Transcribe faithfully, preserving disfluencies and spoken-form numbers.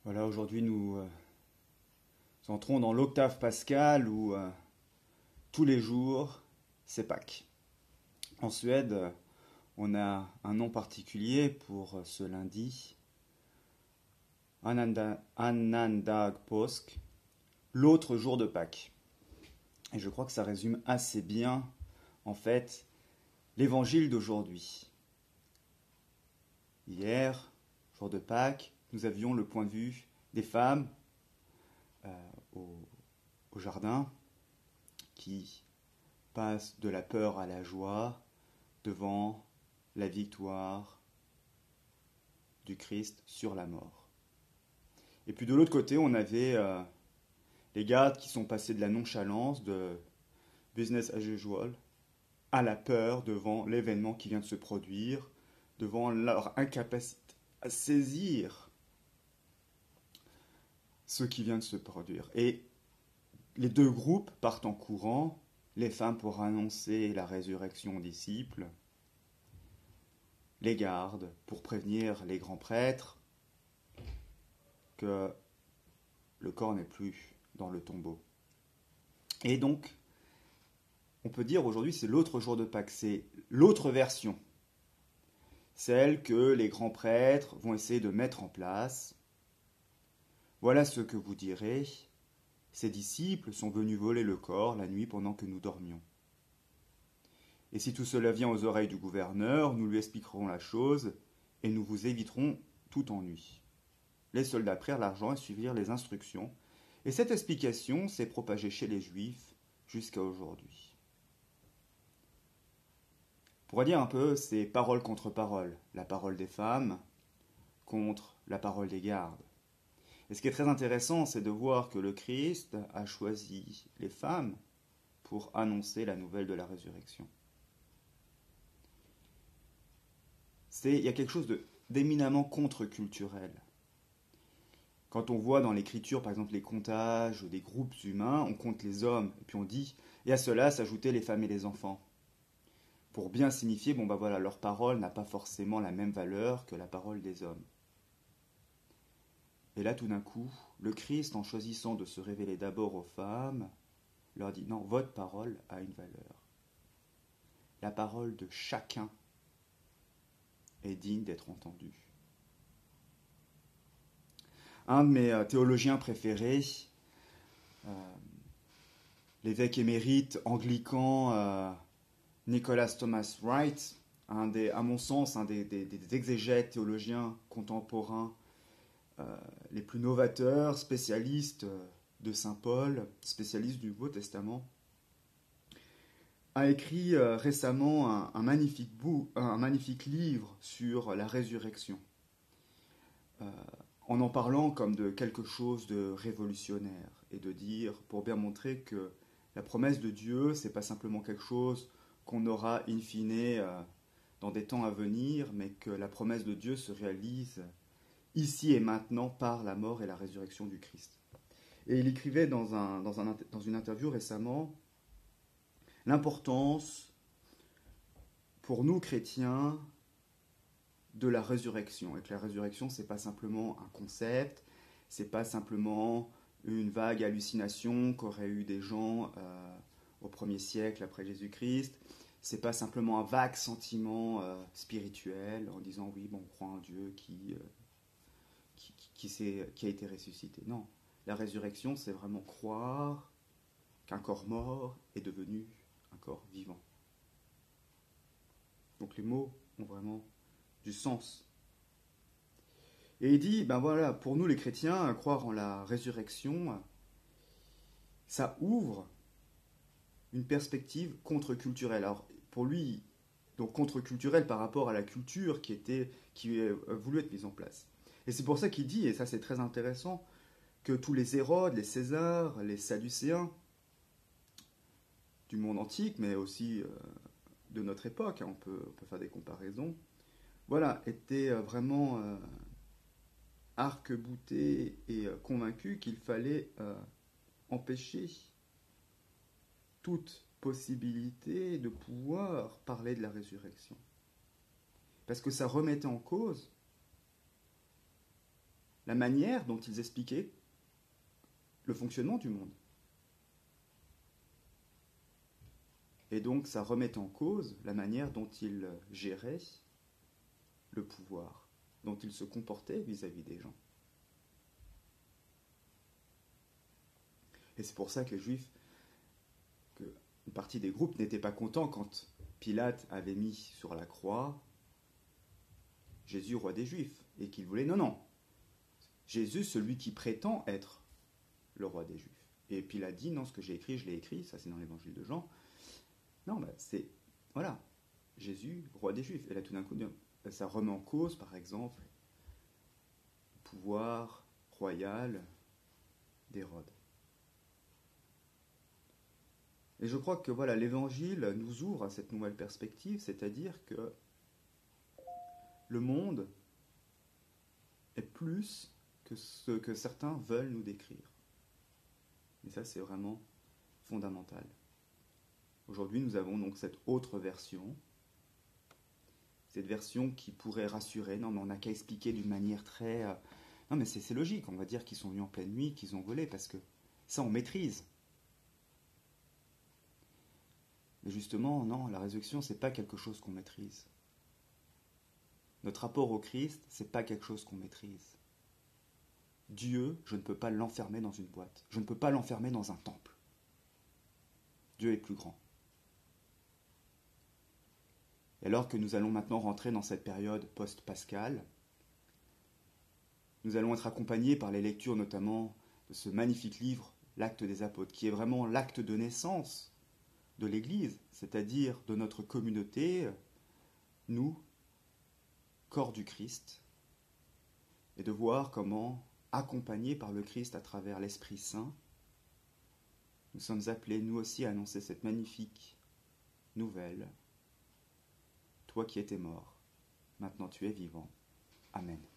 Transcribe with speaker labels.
Speaker 1: Voilà, aujourd'hui nous euh, entrons dans l'octave pascale où euh, tous les jours c'est Pâques. En Suède, euh, on a un nom particulier pour euh, ce lundi, Ananda, Anandag Påsk, l'autre jour de Pâques. Et je crois que ça résume assez bien, en fait, l'évangile d'aujourd'hui. Hier, jour de Pâques, nous avions le point de vue des femmes euh, au, au jardin qui passent de la peur à la joie devant la victoire du Christ sur la mort. Et puis de l'autre côté, on avait euh, les gardes qui sont passés de la nonchalance, de business as usual, à la peur devant l'événement qui vient de se produire, devant leur incapacité à saisir ce qui vient de se produire. Et les deux groupes partent en courant, les femmes pour annoncer la résurrection aux disciples, les gardes pour prévenir les grands prêtres que le corps n'est plus dans le tombeau. Et donc, on peut dire aujourd'hui c'est l'autre jour de Pâques, c'est l'autre version, celle que les grands prêtres vont essayer de mettre en place. Voilà ce que vous direz, ces disciples sont venus voler le corps la nuit pendant que nous dormions. Et si tout cela vient aux oreilles du gouverneur, nous lui expliquerons la chose et nous vous éviterons tout ennui. Les soldats prirent l'argent et suivirent les instructions, et cette explication s'est propagée chez les Juifs jusqu'à aujourd'hui. On pourrait dire un peu, c'est parole contre parole, la parole des femmes contre la parole des gardes. Et ce qui est très intéressant, c'est de voir que le Christ a choisi les femmes pour annoncer la nouvelle de la résurrection. C'est, il y a quelque chose de, d'éminemment contre-culturel. Quand on voit dans l'écriture, par exemple, les comptages des groupes humains, on compte les hommes, et puis on dit, et à cela s'ajoutaient les femmes et les enfants. Pour bien signifier, bon bah voilà, leur parole n'a pas forcément la même valeur que la parole des hommes. Et là, tout d'un coup, le Christ, en choisissant de se révéler d'abord aux femmes, leur dit, non, votre parole a une valeur. La parole de chacun est digne d'être entendue. Un de mes théologiens préférés, euh, l'évêque émérite anglican euh, Nicholas Thomas Wright, un des, à mon sens, un des, des, des exégètes théologiens contemporains euh, les plus novateurs, spécialiste de saint Paul, spécialiste du Nouveau Testament, a écrit euh, récemment un, un, magnifique bout, un magnifique livre sur la résurrection, euh, en en parlant comme de quelque chose de révolutionnaire, et de dire, pour bien montrer que la promesse de Dieu, c'est pas simplement quelque chose qu'on aura in fine euh, dans des temps à venir, mais que la promesse de Dieu se réalise ici et maintenant par la mort et la résurrection du Christ. Et il écrivait dans, un, dans, un, dans une interview récemment l'importance pour nous chrétiens de la résurrection, et que la résurrection c'est pas simplement un concept, c'est pas simplement une vague hallucination qu'auraient eu des gens euh, au premier siècle après Jésus-Christ, c'est pas simplement un vague sentiment euh, spirituel en disant oui bon on croit en Dieu qui euh, Qui, qui, qui a été ressuscité. Non, la résurrection, c'est vraiment croire qu'un corps mort est devenu un corps vivant. Donc les mots ont vraiment du sens. Et il dit, ben voilà, pour nous les chrétiens, croire en la résurrection, ça ouvre une perspective contre-culturelle. Alors pour lui, donc contre-culturelle par rapport à la culture qui, était, qui a voulu être mise en place. Et c'est pour ça qu'il dit, et ça c'est très intéressant, que tous les Hérodes, les Césars, les Sadducéens du monde antique, mais aussi euh, de notre époque, hein, on, peut, on peut faire des comparaisons, voilà, étaient euh, vraiment euh, arc-boutés et euh, convaincus qu'il fallait euh, empêcher toute possibilité de pouvoir parler de la résurrection. Parce que ça remettait en cause la manière dont ils expliquaient le fonctionnement du monde. Et donc ça remet en cause la manière dont ils géraient le pouvoir, dont ils se comportaient vis-à-vis des gens. Et c'est pour ça que les Juifs, que une partie des groupes n'étaient pas contents quand Pilate avait mis sur la croix Jésus, roi des Juifs, et qu'ils voulaient, non, non, Jésus, celui qui prétend être le roi des Juifs. Et Pilate dit, non, ce que j'ai écrit, je l'ai écrit, ça c'est dans l'évangile de Jean. Non, bah, c'est, voilà, Jésus, roi des Juifs. Et là, tout d'un coup, ça remet en cause, par exemple, le pouvoir royal d'Hérode. Et je crois que voilà, l'Évangile nous ouvre à cette nouvelle perspective, c'est-à-dire que le monde est plus que ce que certains veulent nous décrire. Et ça, c'est vraiment fondamental. Aujourd'hui, nous avons donc cette autre version, cette version qui pourrait rassurer. Non, mais on n'a qu'à expliquer d'une manière très... Euh... Non, mais c'est, c'est logique, on va dire qu'ils sont venus en pleine nuit, qu'ils ont volé, parce que ça, on maîtrise. Mais justement, non, la résurrection, c'est pas quelque chose qu'on maîtrise. Notre rapport au Christ, c'est pas quelque chose qu'on maîtrise. Dieu, je ne peux pas l'enfermer dans une boîte. Je ne peux pas l'enfermer dans un temple. Dieu est plus grand. Et alors que nous allons maintenant rentrer dans cette période post-pascale, nous allons être accompagnés par les lectures notamment de ce magnifique livre, l'Acte des Apôtres, qui est vraiment l'acte de naissance de l'Église, c'est-à-dire de notre communauté, nous, corps du Christ, et de voir comment, accompagnés par le Christ à travers l'Esprit Saint, nous sommes appelés, nous aussi, à annoncer cette magnifique nouvelle. Toi qui étais mort, maintenant tu es vivant. Amen.